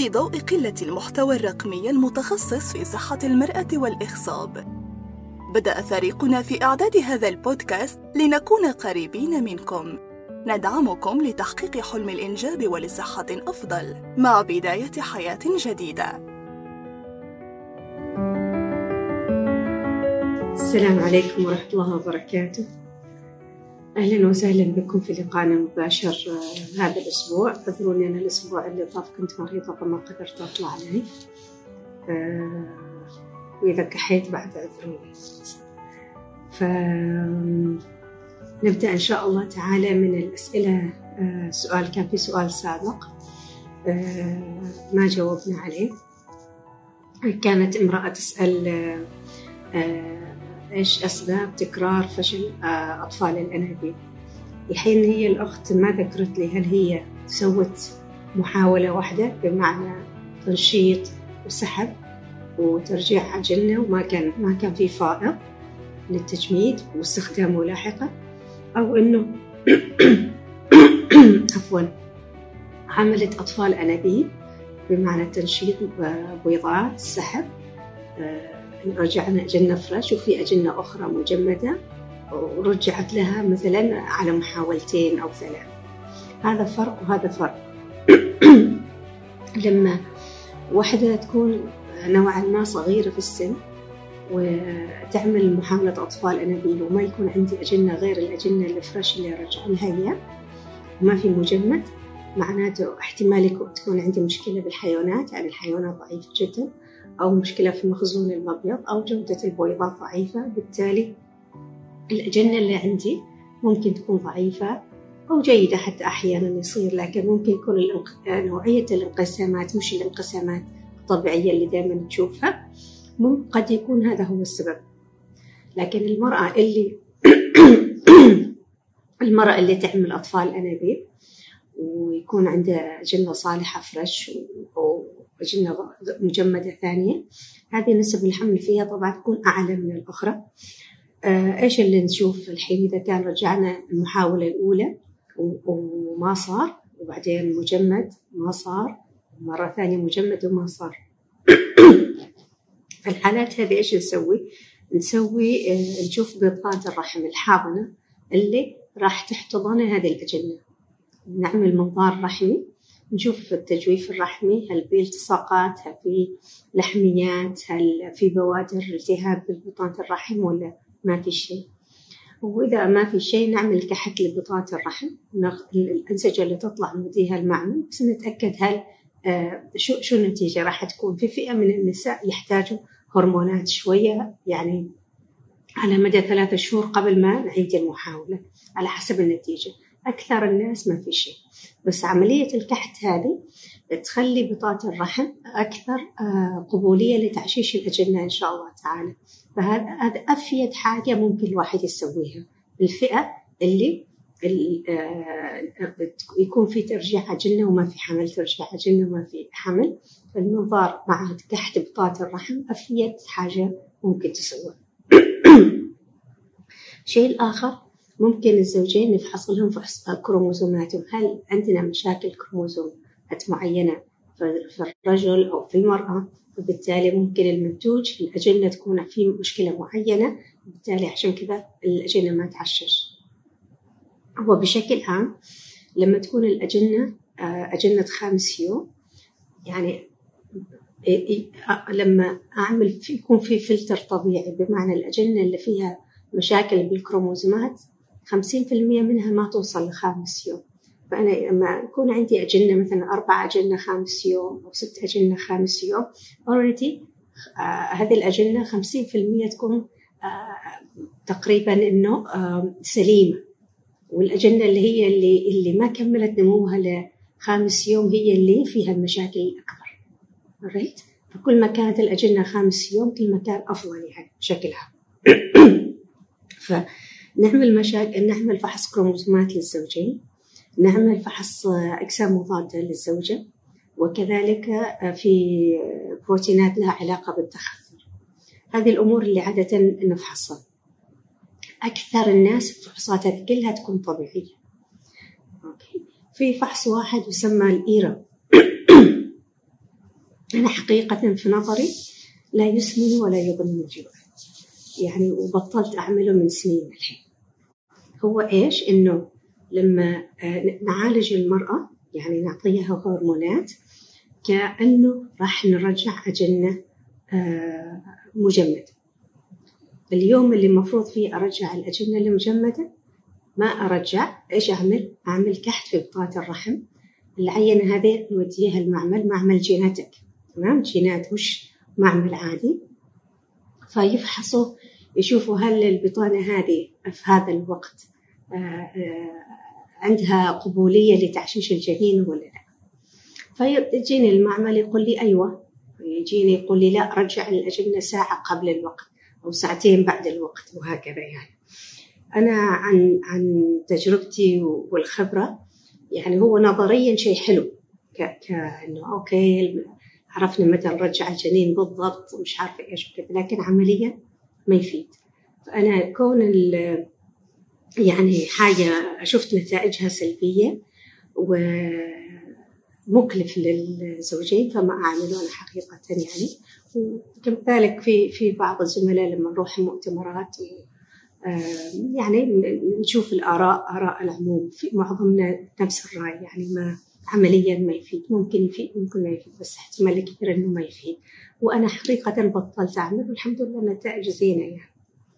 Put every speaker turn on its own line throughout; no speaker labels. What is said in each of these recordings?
في ضوء قلة المحتوى الرقمي المتخصص في صحة المرأة والإخصاب، بدأ فريقنا في إعداد هذا البودكاست لنكون قريبين منكم، ندعمكم لتحقيق حلم الإنجاب ولصحة أفضل مع بداية حياة جديدة.
السلام عليكم ورحمة الله وبركاته. أهلا وسهلا بكم في لقاءنا المباشر هذا الأسبوع. اعذروني أنا الأسبوع اللي طاف كنت مريضة فما قدرت أطلع عليه، وإذا كحيت بعد اعذروني. فنبدأ إن شاء الله تعالى من الأسئلة. كان في سؤال سابق ما جاوبنا عليه. كانت امرأة تسأل إيش أسباب تكرار فشل أطفال الأنابيب. الحين هي الأخت ما ذكرت لي هل هي سوت محاولة واحدة بمعنى تنشيط وسحب وترجيع عجلة وما كان في فائض للتجميد واستخدامه لاحقا، أو إنه عفوا عملت أطفال أنابيب بمعنى تنشيط بيضات سحب، رجعنا أجنة فرش وفي أجنة أخرى مجمدة ورجعت لها مثلا على محاولتين أو 3. هذا فرق وهذا فرق. لما واحدة تكون نوعا ما صغيرة في السن وتعمل محاولة أطفال أنابيب وما يكون عندي أجنة غير الأجنة الفرش اللي رجع لها إياه وما في مجمد، معناته احتمال تكون عندي مشكلة بالحيوانات، يعني الحيوانات ضعيفة جدا، أو مشكلة في مخزون المبيض، أو جودة البويضات ضعيفة. بالتالي الأجنة اللي عندي ممكن تكون ضعيفة أو جيدة حتى أحيانا يصير، لكن ممكن يكون نوعية الانقسامات مش الانقسامات الطبيعية اللي دائما تشوفها، قد يكون هذا هو السبب. لكن المرأة اللي تعمل أطفال أنابيب ويكون عندها أجنة صالحة فرش وأجنة مجمدة ثانية، هذه نسب الحمل فيها طبعا تكون أعلى من الأخرى. إيش اللي نشوف الحين إذا كان رجعنا المحاولة الأولى وما صار، وبعدين مجمد ما صار، مرة ثانية مجمد وما صار. في الحالات هذه إيش نسوي نشوف بيضات الرحم الحاضنة اللي راح تحتضن هذه الأجنة، نعمل منظار رحمي نشوف التجويف الرحمي، هل في التصاقات، هل في لحميات، هل في بوادر التهاب بالبطانة الرحم ولا ما في شيء. وإذا ما في شيء نعمل كحك لبطانة الرحم، الأنسجة اللي تطلع نوديها المعمل بس نتأكد هل شو النتيجة راح تكون. في فئة من النساء يحتاجوا هرمونات شوية، يعني على مدى 3 شهور قبل ما نعيد المحاولة على حسب النتيجة. أكثر الناس ما في شيء، بس عملية الكحت هذه تخلي بطانة الرحم أكثر قبولية لتعشيش الأجنة إن شاء الله تعالى. فهذا أفيد حاجة ممكن الواحد يسويها الفئة اللي يكون في ترجيع أجنة وما في حمل، ترجيع أجنة وما في حمل. فالنظار مع كحت بطانة الرحم أفيد حاجة ممكن تسويها. شيء الآخر ممكن الزوجين نفحص لهم فحص كروموزوماتهم، هل عندنا مشاكل كروموزومات معينة في الرجل أو في المرأة، وبالتالي ممكن المنتوج الأجنة تكون في مشكلة معينة، وبالتالي عشان كذا الأجنة ما تعشش. هو بشكل عام لما تكون الأجنة أجنة 5 يوم، يعني لما أعمل يكون في فلتر طبيعي، بمعنى الأجنة اللي فيها مشاكل بالكروموزومات 50% منها ما توصل ل5 يوم. فأنا لما يكون عندي أجنة مثلا 4 أجنة 5 يوم أو 6 أجنة 5 يوم already هذه الأجنة 50% تكون تقريبا إنه سليمة، والأجنة اللي ما كملت نموها ل5 يوم هي اللي فيها المشاكل الأكبر. alright؟ فكل ما كانت الأجنة 5 يوم كل ما كان أفضل يعني شكلها. نعمل فحص كروموزومات للزوجين، نعمل فحص أجسام مضادة للزوجة، وكذلك في بروتينات لها علاقة بالتخثر. هذه الأمور اللي عادة نفحصها. أكثر الناس فحوصاتها كلها تكون طبيعية. في فحص واحد يسمى الإيرا أنا حقيقة في نظري لا يسمن ولا يغني من جوع، يعني وبطلت أعمله من سنين الحين. هو إيش؟ إنه لما نعالج المرأة يعني نعطيها هرمونات كأنه راح نرجع أجنة مجمدة. اليوم اللي المفروض فيه أرجع الأجنة المجمدة ما أرجع، إيش أعمل كحت في بطانة الرحم. العينة هذه نوديها المعمل، معمل جيناتك، تمام، جينات مش معمل عادي، فيفحصوا يشوفوا هل البطانة هذه في هذا الوقت عندها قبولية لتعشيش الجنين ولا لا. فيجيني المعمل يقول لي أيوة، يجيني يقول لي لا، رجع الأجنة ساعة قبل الوقت أو ساعتين بعد الوقت، وهكذا. يعني أنا عن تجربتي والخبرة، يعني هو نظريا شيء حلو كأنه أوكي عرفنا متى نرجع الجنين بالضبط ومش عارفة إيش وكذا، لكن عمليا ما يفيد. فأنا كون يعني حاجة شفت نتائجها سلبية ومكلف للزوجين فما أعمله أنا حقيقة. يعني وكذلك في بعض الزملاء لما نروح مؤتمرات يعني نشوف آراء العموم، في معظمنا نفس الرأي، يعني ما عمليا ما يفيد. ممكن يفيد ممكن ما يفيد، بس احتمال كبير إنه ما يفيد. وأنا حقيقة بطلت أعمل والحمد لله نتائج زينة يعني.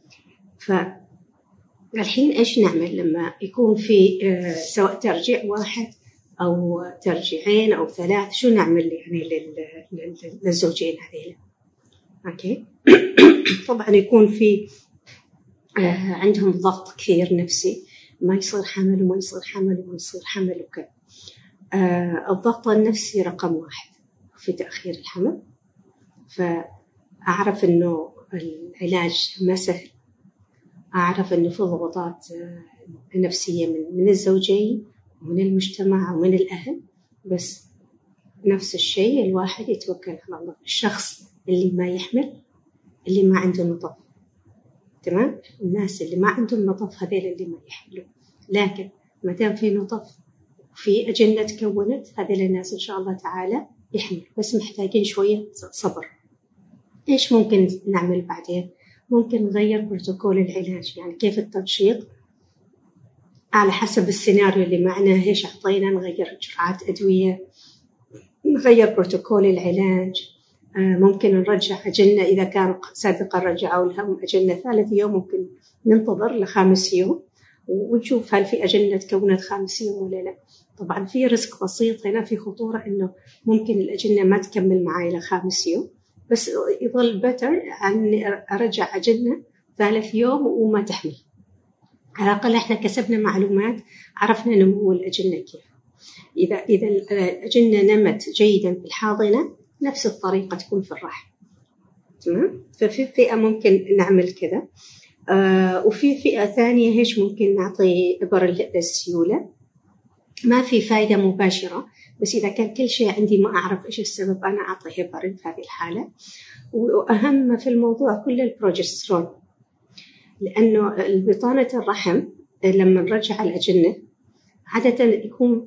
فالحين إيش نعمل لما يكون في سواء ترجيع واحد أو ترجيعين أو ثلاث؟ شو نعمل يعني للزوجين هذيلا؟ أوكي. طبعا يكون في عندهم ضغط كثير نفسي، ما يصير حمل وما يصير حمل وما يصير حمل وكذا. الضغط النفسي رقم واحد في تأخير الحمل. فأعرف إنه العلاج ما سهل، أعرف إنه في ضغوطات نفسية من الزوجين ومن المجتمع ومن الأهل، بس نفس الشيء الواحد يتوكل على الله. الشخص اللي ما يحمل، اللي ما عنده نطف، تمام، الناس اللي ما عندهم نطف هذول اللي ما يحملوا. لكن ما دام في نطف في أجنة تكونت، هذول الناس إن شاء الله تعالى يحمل، بس محتاجين شوية صبر. إيش ممكن نعمل بعدين؟ ممكن نغير بروتوكول العلاج، يعني كيف التنشيط على حسب السيناريو اللي معنا. إيش أعطينا؟ نغير جرعات أدوية، نغير بروتوكول العلاج. ممكن نرجع أجنة إذا كانوا سابقا رجعوا لهم أجنة 3 يوم، ممكن ننتظر ل5 يوم ونشوف هل في أجنة تكونت 5 يوم ولا لا. طبعا في ريسك بسيط هنا، في خطورة إنه ممكن الأجنة ما تكمل معي ل5 يوم، بس يظل بتر عن أرجع أجنة 3 يوم وما تحمل. على الأقل إحنا كسبنا معلومات، عرفنا نمو الأجنة كيف. إذا الأجنة نمت جيدا في الحاضنة، نفس الطريقة تكون في الرحم، تمام. ففي فئة ممكن نعمل كذا. وفي فئة ثانية هيش ممكن نعطي إبر السيولة، ما في فائدة مباشرة، بس إذا كان كل شيء عندي ما أعرف إيش السبب أنا أعطي إبر في هذه الحالة. وأهم في الموضوع كل البروجسترون، لأنه البطانة الرحم لما نرجع الأجنة عادة يكون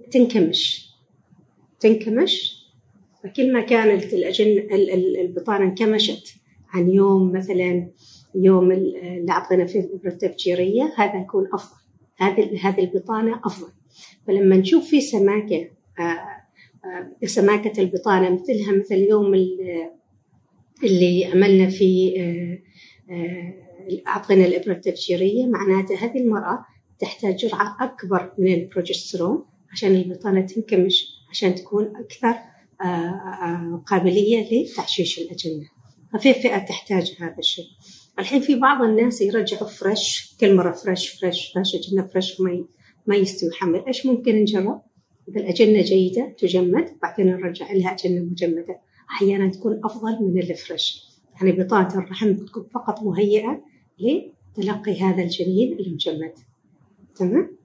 تنكمش. فكل ما كانت البطانة انكمشت عن يوم، مثلا يوم اللي أعطينا فيه الإبرة التفجيرية، هذا يكون أفضل، هذه البطانة أفضل. فلما نشوف في سماكة البطانة مثل يوم اللي عملنا فيه أعطينا الإبرة التفجيرية، معناته هذه المرأة تحتاج جرعة أكبر من البروجسترون عشان البطانة تنكمش، عشان تكون أكثر قابلية لتعشيش الأجنة. ففي فئة تحتاج هذا الشيء. الحين في بعض الناس يرجعوا فريش، كل مرة فريش أجنة فريش ما يستوي حمل. إيش ممكن نجرب؟ إذا الأجنة جيدة تجمد، بعدين نرجع لها أجنة مجمدة، أحيانا تكون أفضل من الفريش. يعني بطانة الرحم تكون فقط مهيئة لتلقي هذا الجنين المجمد، تمام.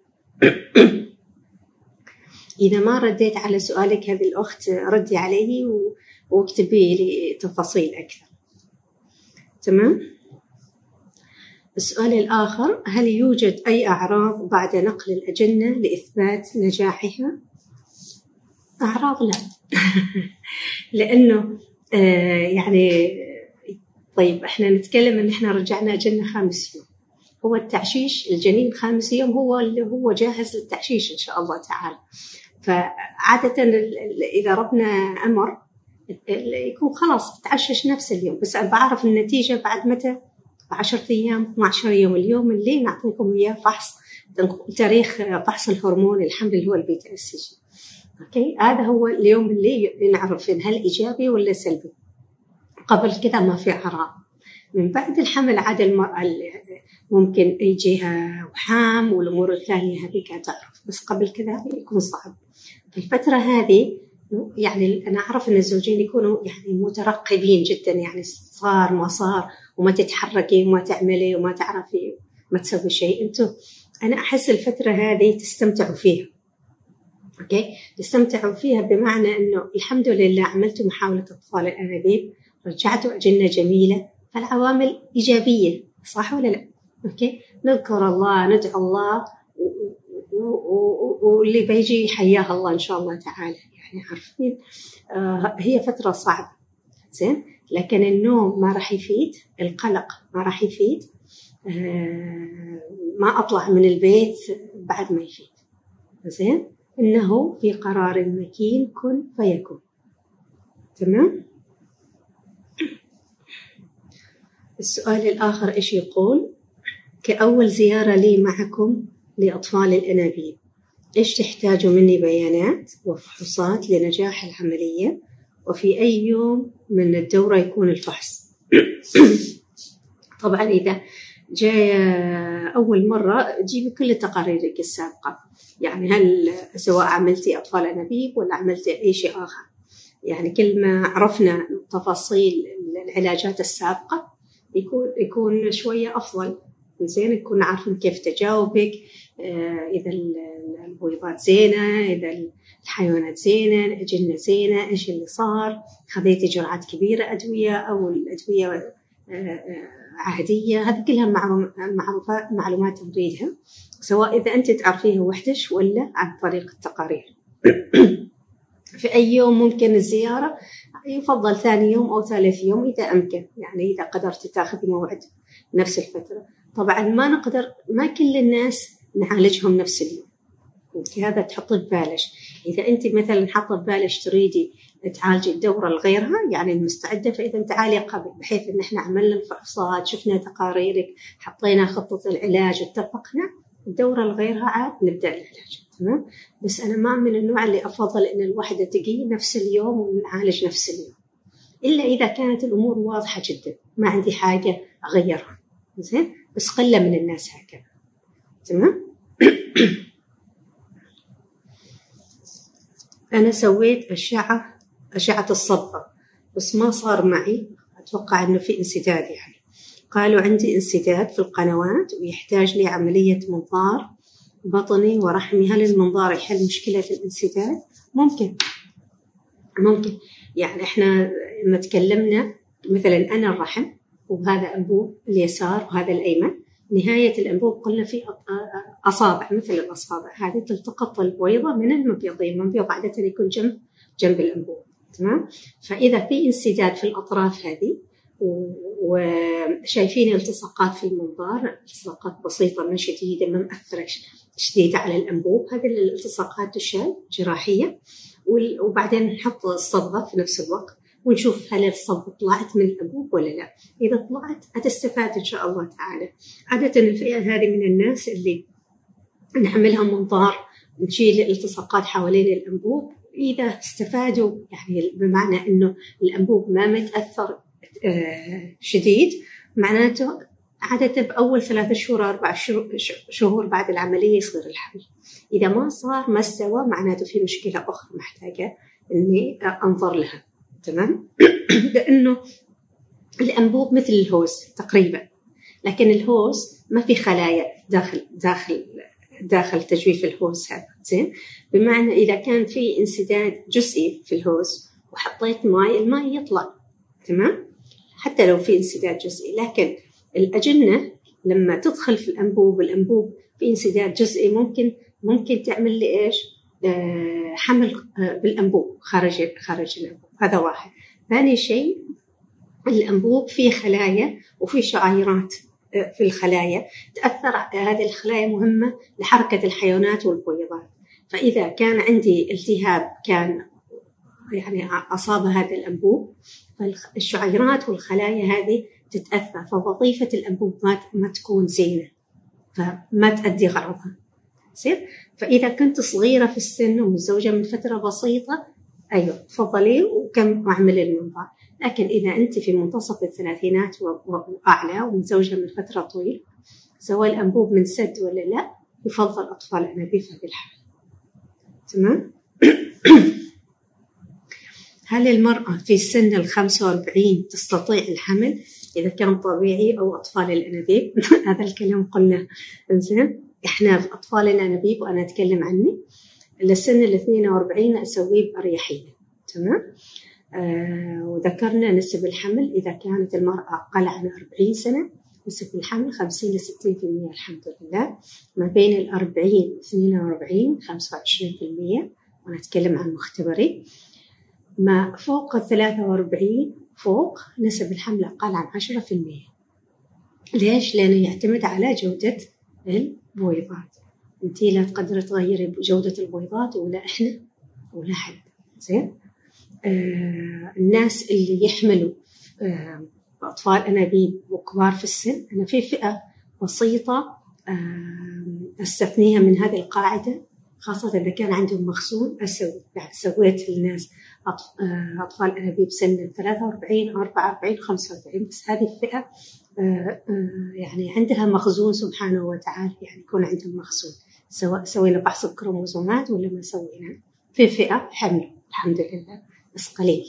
إذا ما رديت على سؤالك هذه الأخت، ردي عليه واكتبي لي تفاصيل أكثر، تمام. السؤال الآخر: هل يوجد أي أعراض بعد نقل الأجنة لإثبات نجاحها؟ أعراض لا. لأنه يعني طيب احنا نتكلم ان احنا رجعنا اجلنا 5 يوم. هو التعشيش الجنين 5 يوم هو اللي هو جاهز للتعشيش ان شاء الله تعالى. فعادة اذا ربنا امر يكون خلاص تعشش نفس اليوم، بس انا بعرف النتيجة بعد متى؟ 10 ايام 12 يوم. اليوم اللي نعطيكم اياه فحص تاريخ فحص الهرمون الحمل اللي هو البيتا اس جي. اوكي، هذا هو اليوم اللي نعرف هل ايجابي ولا سلبي. قبل كذا ما في اعراض. من بعد الحمل عاد المرأة ممكن يجيها وحام والامور الثانيه هذيك تعرف، بس قبل كذا يكون صعب. في الفتره هذه يعني انا اعرف ان الزوجين يكونوا يعني مترقبين جدا، يعني صار ما صار وما تتحركي وما تعملي وما تعرفي ما تسوي شيء. انتم انا احس الفتره هذه تستمتعوا فيها. اوكي، تستمتعوا فيها بمعنى انه الحمد لله عملتوا محاوله اطفال الانابيب، رجعتوا اجنه جميله، فالعوامل ايجابيه، صح ولا لا؟ اوكي، نذكر الله ندعو الله واللي بيجي حياه الله ان شاء الله تعالى. يعني عارفين هي فتره صعبه زين، لكن النوم ما راح يفيد، القلق ما راح يفيد، ما اطلع من البيت بعد ما يفيد زين. انه في قرار مكين كن فيكون. تمام. السؤال الآخر إيش يقول؟ كأول زيارة لي معكم لأطفال الأنابيب، إيش تحتاجوا مني بيانات وفحوصات لنجاح العملية، وفي أي يوم من الدورة يكون الفحص؟ طبعا إذا جاي أول مرة جيبي كل تقاريرك السابقة، يعني هل سواء عملتي أطفال أنابيب ولا عملتي أي شيء آخر، يعني كل ما عرفنا تفاصيل العلاجات السابقة يكون شوية أفضل. زين، يكون عارفين كيف تجاوبك، إذا البويضات زينة، إذا الحيوانات زينة، الأجنة زينة، إيش اللي صار، خذيتي جرعات كبيرة أدوية أو الأدوية عادية. هذه كلها معلومات نريدها، سواء إذا أنت تعرفيها وحدش ولا عن طريق التقارير. في أي يوم ممكن الزيارة؟ يفضل ثاني يوم أو ثالث يوم إذا أمكن، يعني إذا قدرت تاخذ موعد نفس الفترة. طبعا ما نقدر، ما كل الناس نعالجهم نفس اليوم، هذا تحط ببالش. إذا أنت مثلا حاطة ببالش تريدي تعالجي الدورة لغيرها يعني المستعدة، فإذا تعالي قبل، بحيث إن إحنا عملنا الفحوصات، شفنا تقاريرك، حطينا خطة العلاج، اتفقنا الدورة لغيرها عاد نبدأ العلاج. تمام. بس أنا ما من النوع اللي أفضل إن الواحدة تجي نفس اليوم ونعالج نفس اليوم، إلا إذا كانت الأمور واضحة جدا ما عندي حاجة أغيرها. زين، بس قلة من الناس هكذا. تمام. أنا سويت أشعة الصبغة بس ما صار معي، أتوقع إنه في انسداد، يعني قالوا عندي انسداد في القنوات ويحتاج لي عملية منظار بطني ورحمي. هل المنظار يحل مشكلة الانسداد؟ ممكن. يعني إحنا لما تكلمنا مثلا أنا الرحم وهذا أنبوب اليسار وهذا الأيمن، نهاية الأنبوب قلنا في أصابع مثل الأصابع هذه تلتقط البويضة من المبيضين، المبيض عادة يكون جنب الأنبوب. تمام. فإذا في انسداد في الأطراف هذه وشايفين التصاقات في المنظار، التصاقات بسيطة ما شديدة ما مأثرة شديدة على الأنبوب، هذه الالتصاقات تشال جراحية، وبعدين نحط الصبغة في نفس الوقت ونشوف هل الصبغة طلعت من الأنبوب ولا لا. إذا طلعت هتستفاد إن شاء الله تعالى. عادة الفئة هذه من الناس اللي نعملها منظار نشيل الالتصاقات حوالين الأنبوب، إذا استفادوا يعني بمعنى إنه الأنبوب ما متأثر شديد، معناته عادة بأول 3 شهور 4 شهور بعد العملية يصير الحمل. إذا ما صار ما استوى معناته في مشكلة أخرى محتاجة إني أنظر لها. تمام. لأنه الأنبوب مثل الهوز تقريبا، لكن الهوز ما في خلايا داخل تجويف الهوز هذا. زين، بمعنى إذا كان في انسداد جزئي في الهوز وحطيت ماء، الماء يطلع. تمام، حتى لو في انسداد جزئي. لكن الأجنة لما تدخل في الأنبوب، الأنبوب في انسداد جزئي ممكن تعمل لي إيش؟ حمل بالأنبوب خارج الأنبوب. هذا واحد. ثاني شيء الأنبوب فيه خلايا وفيه شعيرات في الخلايا تأثر. هذه الخلايا مهمة لحركة الحيوانات والبويضات. فإذا كان عندي التهاب كان يعني أصاب هذا الأنبوب، فالشعيرات والخلايا هذه تتأثر، فوظيفة الأنبوب ما تكون زينة، فما تأدي غرضها. فإذا كنت صغيرة في السن ومتزوجة من فترة بسيطة، أيوة تفضلي وكم أعمل المنظار. لكن إذا أنت في منتصف الثلاثينات وأعلى ومتزوجة من فترة طويلة، سواء الأنبوب من سد ولا لا، يفضل أطفال أنابيب في هذه الحالة. تمام. هل المرأة في سن 45 تستطيع الحمل إذا كان طبيعي أو أطفال الأنابيب؟ هذا الكلام قلنا. إنزين، إحنا في أطفال الأنابيب وأنا أتكلم عني لسن 42 أسويه بأريحية. تمام. وذكرنا نسب الحمل إذا كانت المرأة أقل عن 40 سنة نسب الحمل 50 ل 60%. الحمد لله. ما بين 40 و 42 25%، وأنا أتكلم عن مختبري. ما فوق 43 فوق نسب الحمل أقل عن 10%. ليش؟ لأنه يعتمد على جودة البويضات. أنتي لا تقدر تغيري جودة البويضات ولا إحنا ولا حد. زين. الناس اللي يحملوا أطفال أنابيب وكبار في السن، أنا في فئة بسيطة أستثنيها من هذه القاعدة، خاصة إذا كان عندهم مخزون. سويت للناس أطفال أنابيب سن 43 44 45، بس هذه الفئة يعني عندها مخزون سبحانه وتعالى، يعني يكون عندهم مخزون، سواء سوينا بحث الكروموزومات ولا ما سوينا. في فئة حمل الحمد لله بس قليل.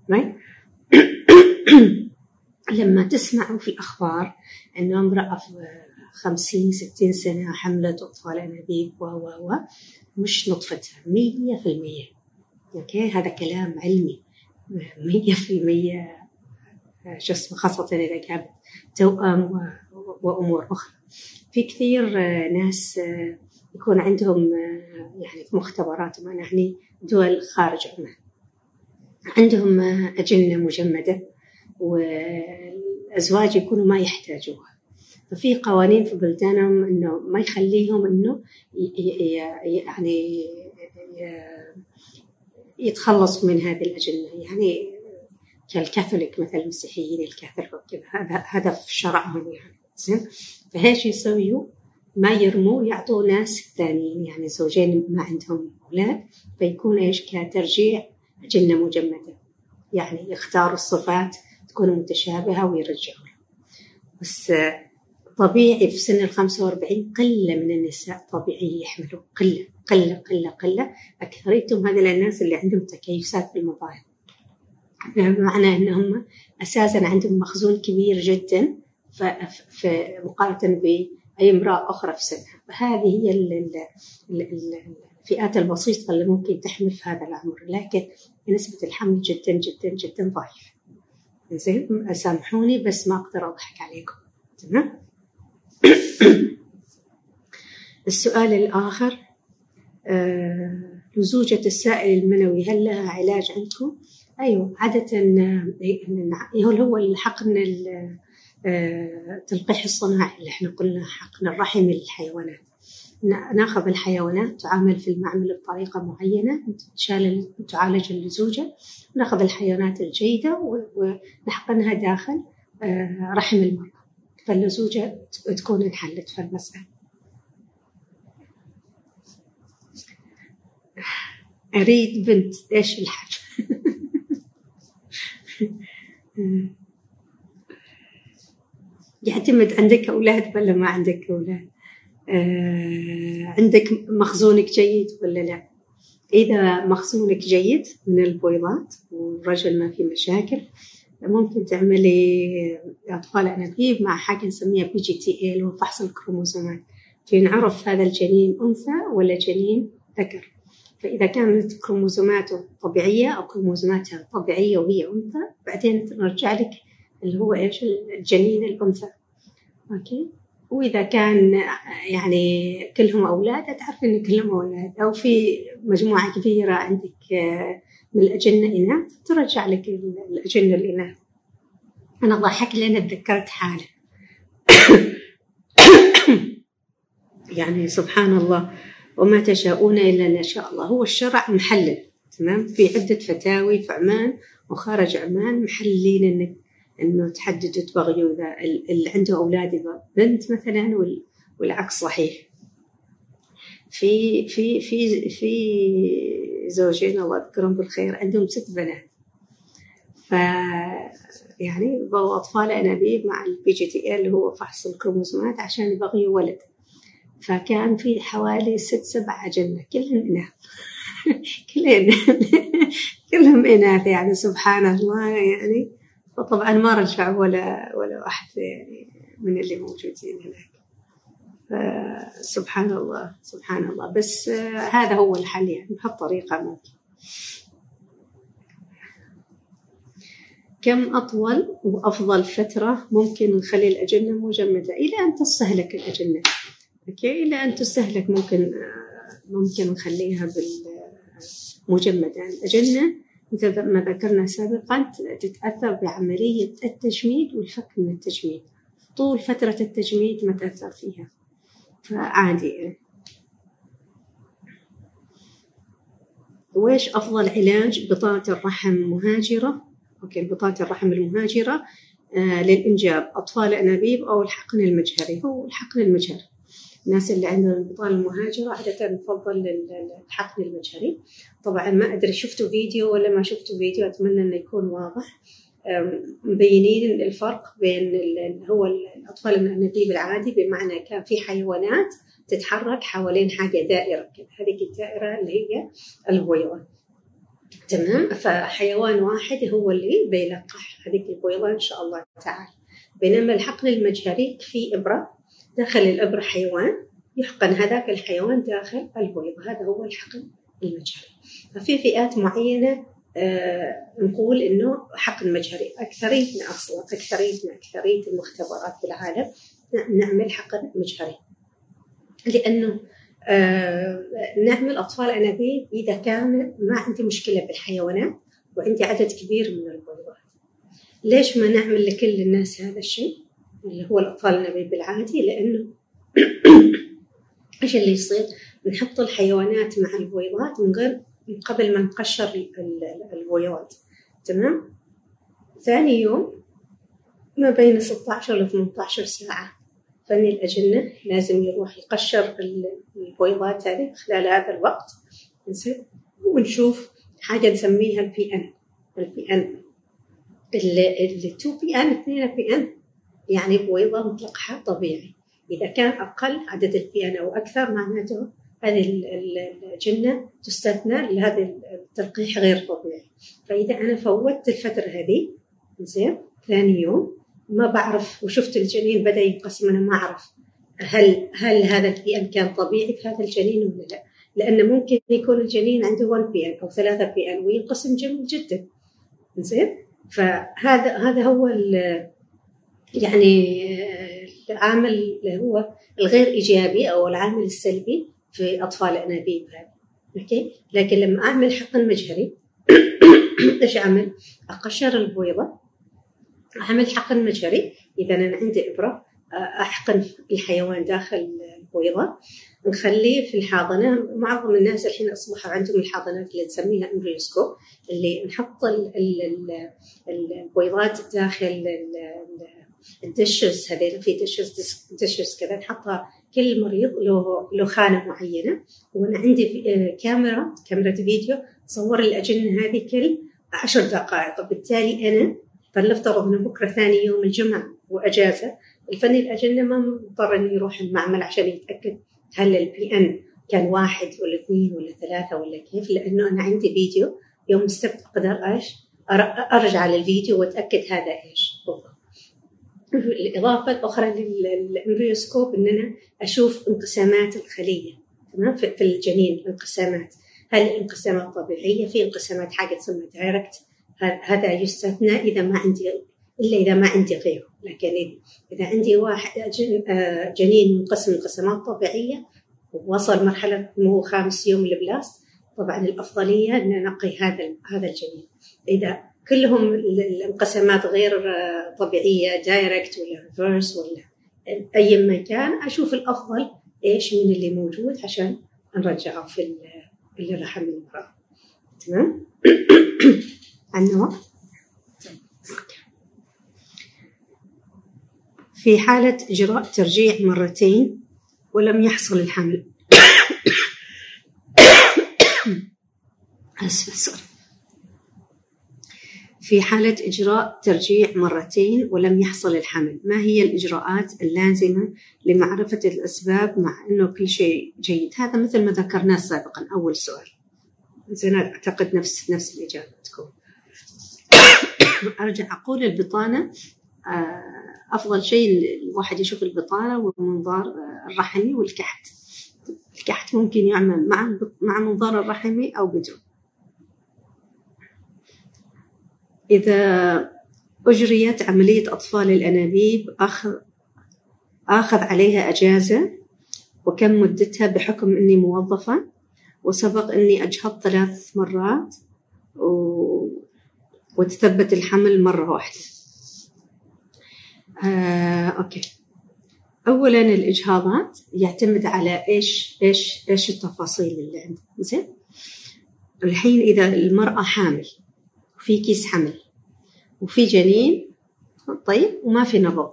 لما تسمعوا في الأخبار أن امرأة في 50 60 سنة حملت أطفال أنابيب مش نطفتها 100%. أوكي، هذا كلام علمي 100%. خاصة إذا كانت توأم وأمور أخرى. في كثير ناس يكون عندهم يعني في مختبرات، ما يعني دول خارج عمان، عندهم أجنة مجمدة والأزواج يكونوا ما يحتاجوها. ففي قوانين في بلدانهم إنه ما يخليهم إنه يعني يتخلصوا من هذه الأجنة، يعني كالكاثوليك مثل المسيحيين الكاثوليك وكذا، هذا في شرعهم يعني. زين. فهاش يسويوا ما يرموا، يعطوا ناس ثانيين، يعني زوجين ما عندهم أولاد، فيكون إيش كترجيع أجنة مجمدة، يعني يختاروا الصفات تكون متشابهة ويرجعوا. بس طبيعي في سن 45 قلة من النساء طبيعي يحملوا، قلة قلة قلة قلة. أكثريتهم هذول الناس اللي عندهم تكيسات في المبايض، بمعنى أنهم أساساً عندهم مخزون كبير جداً في مقارنة بأي امرأة أخرى في سنها. فهذه هي الفئات البسيطة اللي ممكن تحمل في هذا العمر، لكن نسبة الحمل جداً جداً جداً ضعيفة. زين، سامحوني بس ما أقدر أضحك عليكم. تمام. السؤال الآخر، لزوجة السائل المنوي هل لها علاج عندكم؟ أيوة، عادة هو الحقن التلقيح الصناعي اللي احنا قلنا حقن الرحم للحيوانات. ناخذ الحيوانات تعامل في المعمل بطريقة معينة تعالج اللزوجة، ناخذ الحيوانات الجيدة ونحقنها داخل رحم المرأة، فاللزوجة تكون انحلت في المسألة. أريد بنت، إيش الحل؟ يعتمد عندك أولاد ولا ما عندك أولاد، عندك مخزونك جيد ولا لا. إذا مخزونك جيد من البويضات والرجل ما في مشاكل، ممكن تعملي أطفال أنابيب مع حاجة نسميها PGT-A وفحص الكروموزومات، فينعرف هذا الجنين أنثى ولا جنين ذكر. فإذا كانت كروموزوماته طبيعية أو كروموزوماتها طبيعية وهي أنثى، بعدين نرجع لك اللي هو إيش الجنين الأنثى. أوكي. وإذا كان يعني كلهم أولاد تعرف إن كلهم أولاد، أو في مجموعة كبيرة عندك من الأجنة إناث ترجع لك الأجنة الإناث. أنا ضحك لأن تذكرت حالة يعني سبحان الله، وما تشاءون إلا أن يشاء الله. هو الشرع محلل، تمام، في عدة فتاوي في عمان وخارج عمان محللين إنه تحدد تبغيوا إذا اللي عنده أولاد بنت مثلا والعكس صحيح. في زوجين الله يذكرهم بالخير عندهم 6 بنات، يعني بغوا أطفال أنابيب مع الPGT-A اللي هو فحص الكروموسومات عشان يبغيوا ولد، فكان في حوالي 6-7 أجنة كلهم إناث كلهم إناث يعني سبحان الله يعني. فطبعا ما رجع ولا واحد يعني من اللي موجودين هناك. سبحان الله سبحان الله. بس هذا هو الحل يعني بهالطريقة ممكن. كم أطول وأفضل فترة ممكن نخلي الأجنة مجمدة إلى أن تستهلك الأجنة؟ أوكي، إلى أن تستهلك ممكن نخليها بالمجمدة. الأجنة مثل ما ذكرنا سابقا تتأثر بعملية التجميد والفك من التجميد، طول فترة التجميد ما تأثر فيها فعادي. وإيش أفضل علاج بطانة الرحم مهاجرة؟ أوكي، بطانة الرحم المهاجرة للإنجاب، أطفال أنابيب أو الحقن المجهري. هو الحقن المجهري، الناس اللي عندهم البطانة المهاجرة عادة نفضل الحقن المجهري. طبعا ما أدري شفتوا فيديو ولا ما شفتوا فيديو، أتمنى أنه يكون واضح مبينين الفرق بين هو الأطفال الأنابيب العادي، بمعنى كان في حيوانات تتحرك حوالين حاجة دائرة كده، هذه الدائرة اللي هي البويضة، تمام، فحيوان واحد هو اللي بيلقح هذه البويضة إن شاء الله تعالى. بينما الحقن المجهري في إبرة، داخل الإبرة حيوان يحقن هذاك الحيوان داخل البويضة، هذا هو الحقن المجهري. ففي فئات معينة نقول إنه حقن مجهري. أكثرية المختبرات في العالم نعمل حقن مجهري، لأنه نعمل أطفال أنابيب إذا كان ما عندي مشكلة بالحيوانات وعندي عدد كبير من البويضات. ليش ما نعمل لكل الناس هذا الشيء اللي هو الأطفال الأنابيب العادي؟ لأنه إيش اللي يصير؟ نحط الحيوانات مع البويضات من غير قبل ما نقشر البويضات، تمام. ثاني يوم ما بين 16 ل 18 ساعة فني الأجنة لازم يروح يقشر البويضات هذه خلال هذا الوقت، ونشوف حاجة نسميها الPN. ال 2PN 2PN يعني بويضة متلقحة طبيعي. إذا كان أقل عدد الPN أو أكثر معناته هذه الأجنة تستثنى لهذا التلقيح غير طبيعي. فإذا أنا فوتت الفترة هذه زين، ثاني يوم ما بعرف وشفت الجنين بدأ ينقسم، أنا ما أعرف هل هذا الPN كان طبيعي في هذا الجنين ولا لا، لأن ممكن يكون الجنين عنده 1PN أو 3PN وينقسم جميل جدا زين. فهذا هو يعني العامل اللي هو الغير إيجابي أو العامل السلبي في أطفال أنابيب هذا. أوكي، لكن لما أعمل حقن مجهري إيش أعمل؟ أقشر البويضة، أعمل حقن مجهري. إذا أنا عندي إبرة أحقن الحيوان داخل البويضة، نخليه في الحاضنة. معظم الناس الحين أصبحوا عندهم الحاضنات اللي نسميها إمبريوسكوب، اللي نحط البويضات داخل الدشز. هذه في دشز كذا نحطها، كل مريض له خانة معينة، وأنا عندي كاميرا فيديو تصور الأجنة هذه كل 10 دقائق. بالتالي أنا فلنفترض أنه بكرة ثاني يوم الجمعة وأجازة، الفني الأجنة ما مضطر أنه يروح المعمل عشان يتأكد هل الPN كان 1 ولا 2 ولا 3 ولا كيف، لأنه أنا عندي فيديو يوم السبت أقدر أرجع للفيديو وأتأكد هذا إيش بالضبط. الإضافة الأخرى للإمبريوسكوب إن أنا أشوف انقسامات الخلية، تمام، في الجنين الانقسامات. هل الانقسامات طبيعية؟ في انقسامات حاجة تسمى دايركت، هذا يستثنى إذا ما عندي غيره. لكن إذا عندي واحد جنين منقسم انقسامات طبيعية ووصل مرحلة نمو 5 يوم البلاس، طبعا الأفضلية أن ننقي هذا الجنين. إذا كلهم الانقسامات غير طبيعية دايركت ولا ريفرس ولا أي ما كان، أشوف الأفضل إيش من اللي موجود عشان نرجعه في الرحم المرأة. تمام؟ عنه في حالة إجراء ترجيع مرتين ولم يحصل الحمل في حالة إجراء ترجيع مرتين ولم يحصل الحمل، ما هي الإجراءات اللازمة لمعرفة الأسباب مع أنه كل شيء جيد؟ هذا مثل ما ذكرناه سابقا أول سؤال. زين، أعتقد نفس الإجابة تكون. أرجع أقول البطانة أفضل شيء الواحد يشوف البطانة والمنظار الرحمي والكحت. الكحت ممكن يعمل مع منظار الرحمي أو بدون. إذا أجريت عملية أطفال الأنابيب آخذ عليها أجازة، وكم مدتها بحكم أني موظفة وسبق أني أجهض 3 مرات وتثبت الحمل مرة واحدة. أوكي. أولاً الإجهاضات يعتمد على إيش التفاصيل اللي عندك. زين. الحين إذا المرأة حامل وفي كيس حمل وفي جنين، طيب، وما في نبض،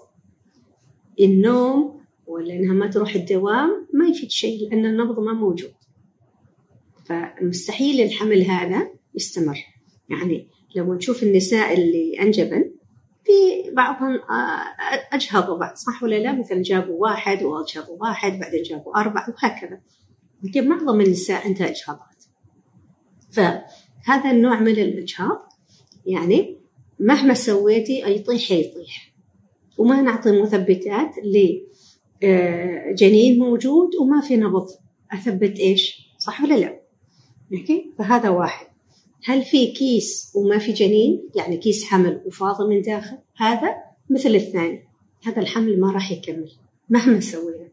النوم ولا إنها ما تروح الدوام ما يفيد شيء لأن النبض ما موجود، فمستحيل الحمل هذا يستمر. يعني لو نشوف النساء اللي أنجبن في بعضهم أجهضوا بعض، صح ولا لا؟ مثلا جابوا 1 وأجهضوا 1 بعدين جابوا 4 وهكذا، لكن معظم النساء عندها إجهاضات. فهذا النوع من الإجهاض يعني مهما سويتي يطيح، وما نعطي مثبتات لجنين موجود وما في نبض، أثبت إيش؟ صح ولا لا؟ أوكي. فهذا واحد. هل في كيس وما في جنين، يعني كيس حمل وفاضي من داخل، هذا مثل الثاني، هذا الحمل ما راح يكمل مهما سوينا.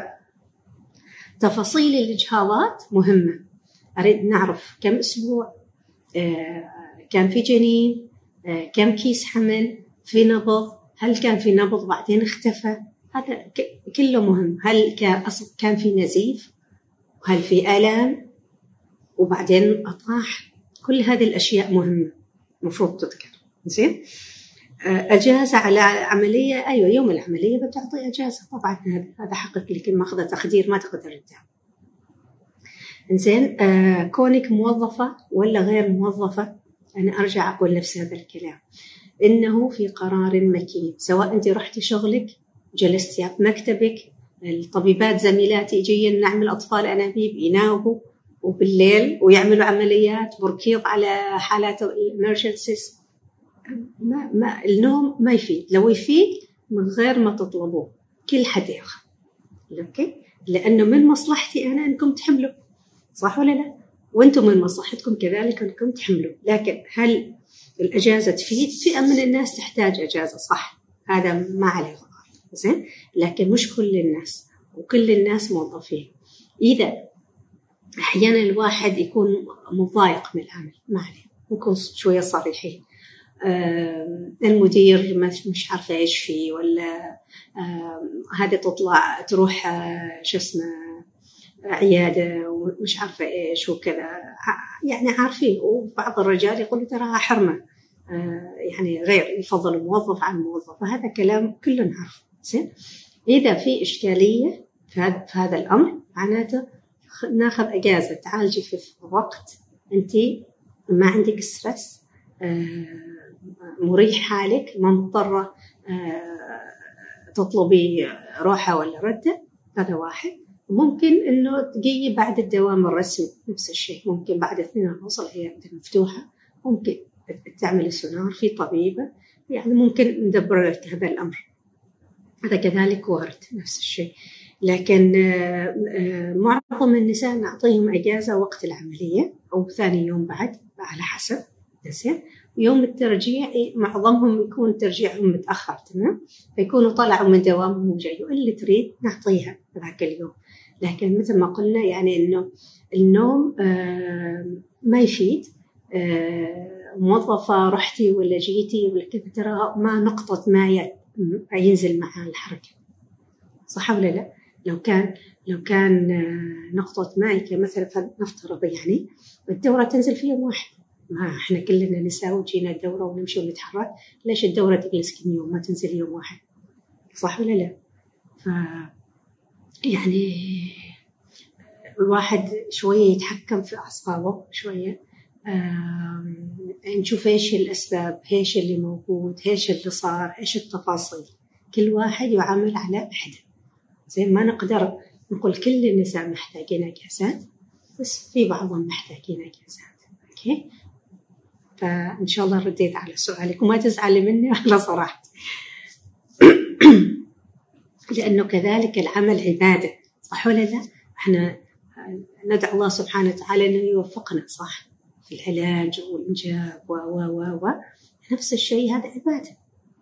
فتفاصيل الإجهاضات مهمة. أريد نعرف كم أسبوع كان في جنين، كم كيس حمل، في نبض، هل كان في نبض بعدين اختفى، هذا كله مهم. هل كان في نزيف، هل في آلام وبعدين أطاح، كل هذه الأشياء مهمة مفروض تذكر. زين. أجازة على عملية، أيوة يوم العملية بتعطي أجازة طبعا، هذا حقك، لكن ماخذة تخدير ما تقدر الدعم. زين. كونك موظفة ولا غير موظفة، أنا أرجع أقول نفس هذا الكلام، إنه في قرار مكين. سواء أنت رحتي شغلك جلستي في مكتبك، الطبيبات زميلاتي يجين نعمل أطفال أنابيب يناوبوا وبالليل ويعملوا عمليات بركيض على حالات الإمرجنسيز، ما النوم ما يفيد. لو يفيد من غير ما تطلبوه كل حد ياخذ، أوكي؟ لأنه من مصلحتي أنا أنكم تحملوا، صح ولا لا؟ وأنتم من مصلحتكم كذلك أنكم تحملوا. لكن هل الأجازة تفيد؟ فئة من الناس تحتاج أجازة، صح، هذا ما عليه غبار. زين. لكن مش كل الناس، وكل الناس موظفين. إذا أحيانا الواحد يكون مضايق من العمل، ما عليه، نكون شوية صريحين، المدير مش عارفة إيش فيه، ولا هذه تطلع تروح عيادة ومش عارفة إيش وكذا، يعني عارفين. وبعض الرجال يقولوا تراها حرمة، يعني غير يفضل موظف عن موظف، وهذا كلام كله نعرف. زين. إذا في إشكالية في هذا الأمر، معناته ناخذ أجازة، تعالجي في وقت أنت ما عندك ستريس، مريح حالك، ما مضطرة تطلبي روحة ولا ردة. هذا واحد. ممكن إنه تجي بعد الدوام الرسمي نفس الشيء، ممكن بعد 2:30 العيادة مفتوحة، ممكن تعمل سونار في طبيبة، يعني ممكن ندبر لك هذا الأمر. هذا كذلك وارد نفس الشيء. لكن معظم النساء نعطيهم أجازة وقت العملية أو ثاني يوم بعد على حسب. يوم الترجيع معظمهم يكون ترجيعهم متأخر، تمام، فيكونوا طلعوا من دوامهم وجايوا، اللي تريد نعطيها ذاك اليوم. لكن مثل ما قلنا يعني إنه النوم ما يفيد. موظفة رحتي ولا جيتي ولا كذا، ترى ما نقطة ماء ينزل معها الحركة، صح ولا لا؟ لو كان نقطة ماء كمثلا نفترض يعني الدورة تنزل في يوم واحد، ما احنا كلنا نساء وجينا الدورة ونمشي ونتحرك، ليش الدورة تجلس كم يوم ما تنزل يوم واحد، صح ولا لا؟ يعني الواحد شوية يتحكم في أعصابه شوية، نشوف إيش الأسباب، إيش اللي موجود، إيش اللي صار، إيش التفاصيل. كل واحد يعامل على حدة، زي ما نقدر نقول كل النساء محتاجين أجازات، بس في بعضهم محتاجين أجازات. أوكي، فإن شاء الله رديت على سؤالك وما تزعلي مني على صراحة. لأنه كذلك العمل عبادة، صح ولا لا؟ احنا ندعو الله سبحانه وتعالى أنه يوفقنا، صح، في العلاج والإنجاب و نفس الشيء، هذا عبادة.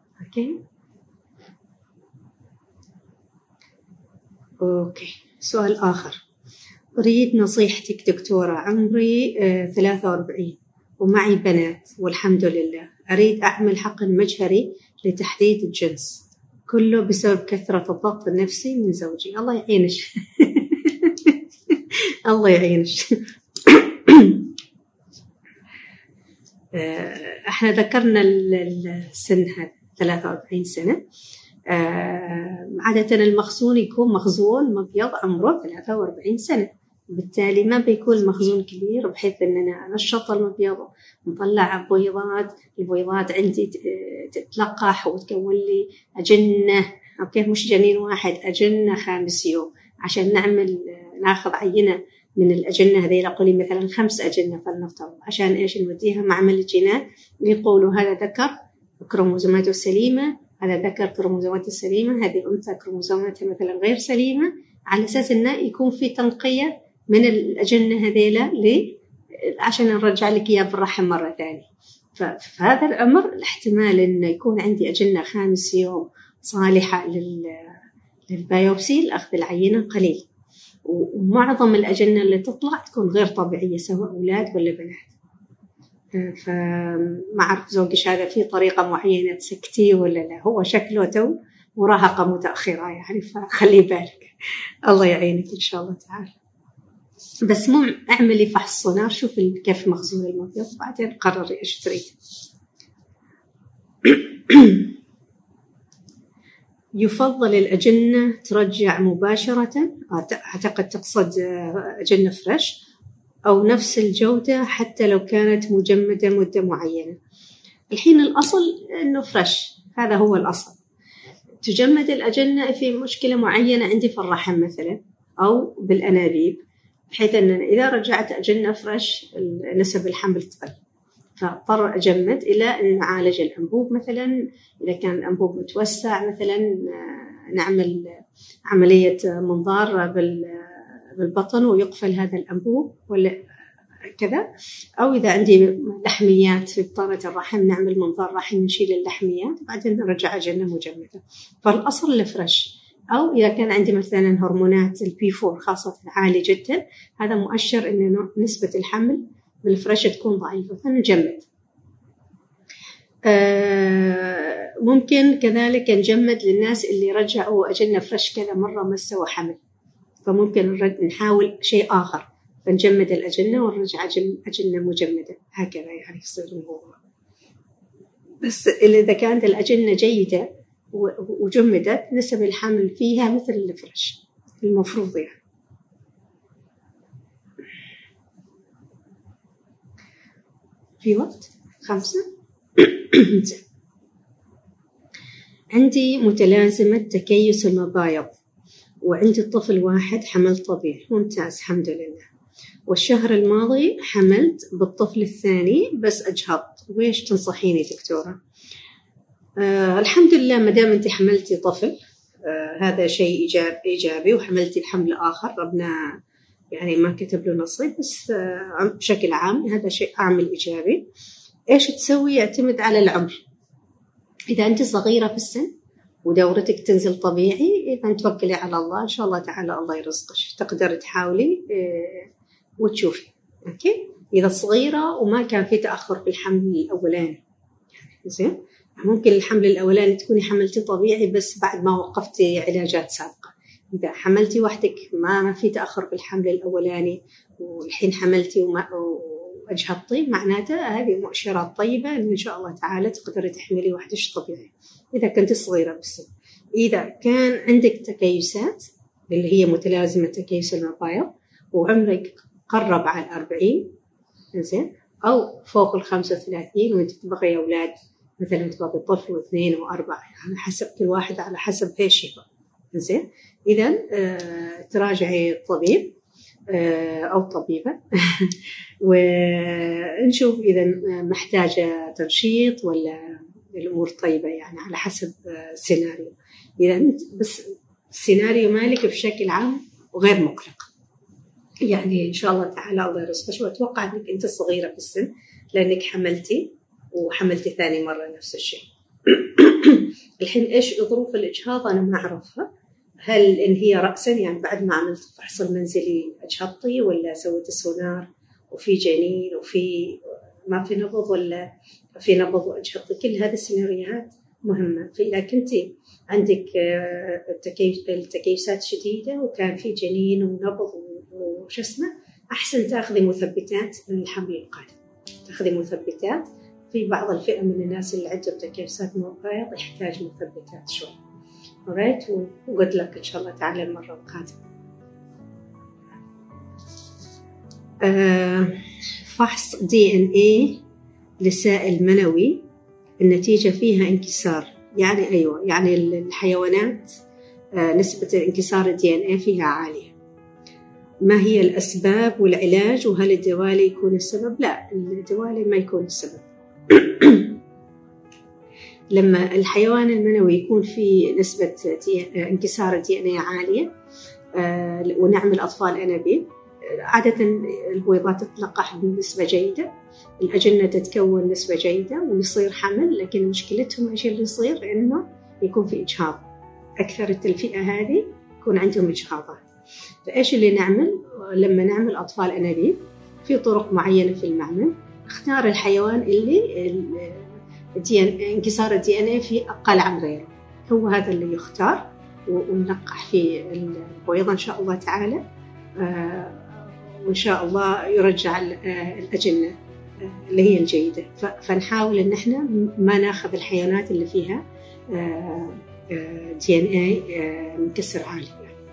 أوكي، سؤال آخر. أريد نصيحتك دكتورة، عمري 43 ومعي بنات والحمد لله، أريد أعمل حقن مجهري لتحديد الجنس، كله بسبب كثرة الضغط النفسي من زوجي. الله يعينك. الله يعينك. احنا ذكرنا السن هذا 43 سنة. عادة المخزون يكون مخزون مبيض عمره 43 سنة، بالتالي ما بيكون المخزون كبير بحيث أننا نشط المبيض نطلع بويضات، البويضات عندي تتلقح وتكون لي أجنة. أوكي، مش جنين واحد، أجنة 5 يوم، عشان ناخذ عينة من الأجنة هذه، قولي مثلا 5 أجنة فلنفترض، عشان إيش؟ نوديها معمل الجينات يقولوا هذا ذكر كروموزوماته سليمة، هذا ذكر كروموزوماته سليمة، هذه أنثى كروموزوماتها مثلا غير سليمة، على أساس إنه يكون في تنقية من الأجنة هذيلا عشان نرجع لك إياه بالرحم مرة ثانية. فهذا الأمر الاحتمال إنه يكون عندي أجنة 5 يوم صالحة للبيوبسي، أخذ العينة قليل، ومعظم الأجنة اللي تطلع تكون غير طبيعية، سواء أولاد ولا بنات. فما أعرف زوجي هذا في طريقة معينة تسكتيه ولا لا، هو شكله تو مراهقة متأخرة يعني، فخلي بالك. الله يعينك إن شاء الله تعالى. بس مو اعملي فحص سونار، شوفي كيف مخزون المبيض، بعدين قرري إيش تريد. يفضل الأجنة ترجع مباشرة، أعتقد تقصد أجنة فريش، أو نفس الجودة حتى لو كانت مجمدة مدة معينة. الحين الأصل إنه فريش، هذا هو الأصل. تجمد الأجنة في مشكلة معينة عندي في الرحم مثلا أو بالأنابيب، بحيث أن إذا رجعت أجنة فريش نسب الحمل تقل، فاضطر أجمد إلى أن نعالج الأنبوب مثلا. إذا كان الأنبوب متوسع مثلا نعمل عملية منظار بالبطن ويقفل هذا الأنبوب ولا كذا، أو إذا عندي لحميات في بطانة الرحم نعمل منظار رحم نشيل اللحميات وبعدين نرجع أجنة مجمدة. فالأصل الفريش. أو إذا كان عندي مثلا هرمونات البي4 خاصة عالي جدا، هذا مؤشر إن نسبة الحمل بالفريش تكون ضعيفة فنجمد. ممكن كذلك نجمد للناس اللي رجعوا أجنة فريش كذا مرة ما سوى حمل، فممكن نحاول شيء آخر فنجمد الأجنة ونرجع أجنة مجمدة، هكذا يعني يصير الموضوع. بس إذا كانت الأجنة جيدة وجمدت نسب الحمل فيها مثل الفريش المفروض يعني. في وقت 5. عندي متلازمة تكيس المبايض وعندي طفل واحد حمل طبيعي ممتاز الحمد لله، والشهر الماضي حملت بالطفل الثاني بس أجهضت، ويش تنصحيني دكتورة؟ الحمد لله مدام أنت حملتي طفل هذا شيء إيجابي، وحملتي الحمل آخر ربنا يعني ما كتب له نصيب، بس بشكل عام هذا شيء عامل إيجابي. إيش تسوي يعتمد على العمر. إذا أنت صغيرة في السن ودورتك تنزل طبيعي، إذا توكلي على الله إن شاء الله تعالى الله يرزقك، تقدر تحاولي وتشوفي. أوكي. إذا صغيرة وما كان في تأخر في الحمل الأولاني، زين، ممكن الحمل الأولاني تكوني حملتي طبيعي بس بعد ما وقفتي علاجات سابقة. إذا حملتي وحدك ما في تأخر في الحمل الأولاني والحين حملتي وأجهضتي، معناته هذه مؤشرات طيبة إن شاء الله تعالى تقدري تحملي وحدك طبيعي إذا كنت صغيرة بالسن. إذا كان عندك تكيسات اللي هي متلازمة تكيس المبايض وعمرك قرب على 40، زين، أو فوق 35 وأنت تبغي أولاد، مثلا تبغي طفل واثنين وأربعة، على حسب كل واحد على حسب ايش يبغى، زين. إذا تراجعي الطبيب أو طبيبة ونشوف إذا محتاجة تنشيط ولا الأمور طيبة، يعني على حسب السيناريو. إذا أنت بس السيناريو مالك بشكل عام وغير مقلق، يعني إن شاء الله تعالى الله يرزقك. وأتوقع أنك أنت صغيرة في السن لأنك حملتي وحملتي ثاني مرة نفس الشيء. الحين إيش ظروف الإجهاض أنا ما أعرفها، هل إن هي رأسا يعني بعد ما عملت الفحص المنزلي أجهضتي ولا سويت السونار وفي جنين وفي ما في نبض ولا في نبض وأجهضتي، كل هذه السيناريوهات مهمة. فإذا كنتي عندك التكيسات شديدة وكان في جنين ونبض وش اسمه، أحسن تأخذي مثبتات من الحمل القادم، تأخذي مثبتات. في بعض الفئة من الناس اللي عندهم تكيسات مبايض يحتاج مثبتات شوي. alright، وقد لك إن شاء الله تعالى المرة القادمة. فحص DNA لسائل منوي النتيجة فيها انكسار، يعني أيوة، يعني الحيوانات نسبة انكسار DNA فيها عالية. ما هي الأسباب والعلاج، وهل الدوالي يكون السبب؟ لا، الدوالي ما يكون السبب. لما الحيوان المنوي يكون في نسبة انكسار DNA عالية ونعمل أطفال أنابيب، عادة البويضات تتلقح بنسبة جيدة، الأجنة تتكون نسبة جيدة ويصير حمل. لكن مشكلتهم إيش اللي يصير؟ إنه يكون في إجهاض. أكثر الفئة هذه يكون عندهم إجهاضات. فإيش اللي نعمل لما نعمل أطفال أنابيب؟ في طرق معينة في المعمل، اختار الحيوان اللي انكسار DNA فيه أقل عن غيره، هو هذا اللي يختار ونلقح في البويضة إن شاء الله تعالى، وإن شاء الله يرجع الأجنة اللي هي الجيدة. فنحاول إن إحنا ما ناخذ الحيوانات اللي فيها DNA منكسر عالي.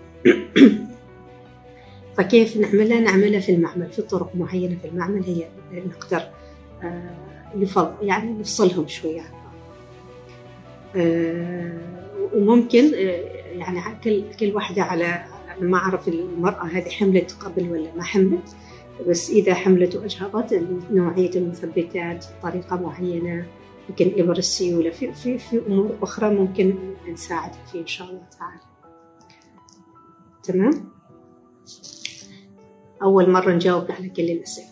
فكيف نعملها؟ نعملها في المعمل، في طرق معينة في المعمل هي نقدر يعني نفصلهم شوية. وممكن يعني كل واحدة على ما أعرف المرأة هذه حملت قبل ولا ما حملت، بس إذا حملت وأجهضت نوعية المثبتات طريقة معينة، ممكن إبر السيولة، في أمور أخرى ممكن نساعدك فيه إن شاء الله تعالى. تمام؟ أول مرة نجاوب على كل الأسئلة.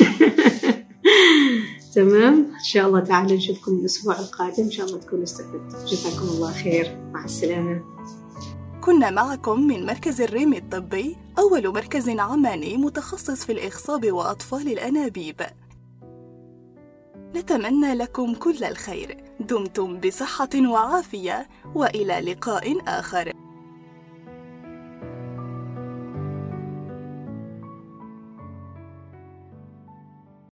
تمام، إن شاء الله تعالى نشوفكم الأسبوع القادم، إن شاء الله تكونوا استفدتوا. جزاكم الله خير، مع السلامة.
كنا معكم من مركز الريم الطبي، أول مركز عماني متخصص في الإخصاب وأطفال الأنابيب. نتمنى لكم كل الخير، دمتم بصحة وعافية، وإلى لقاء آخر.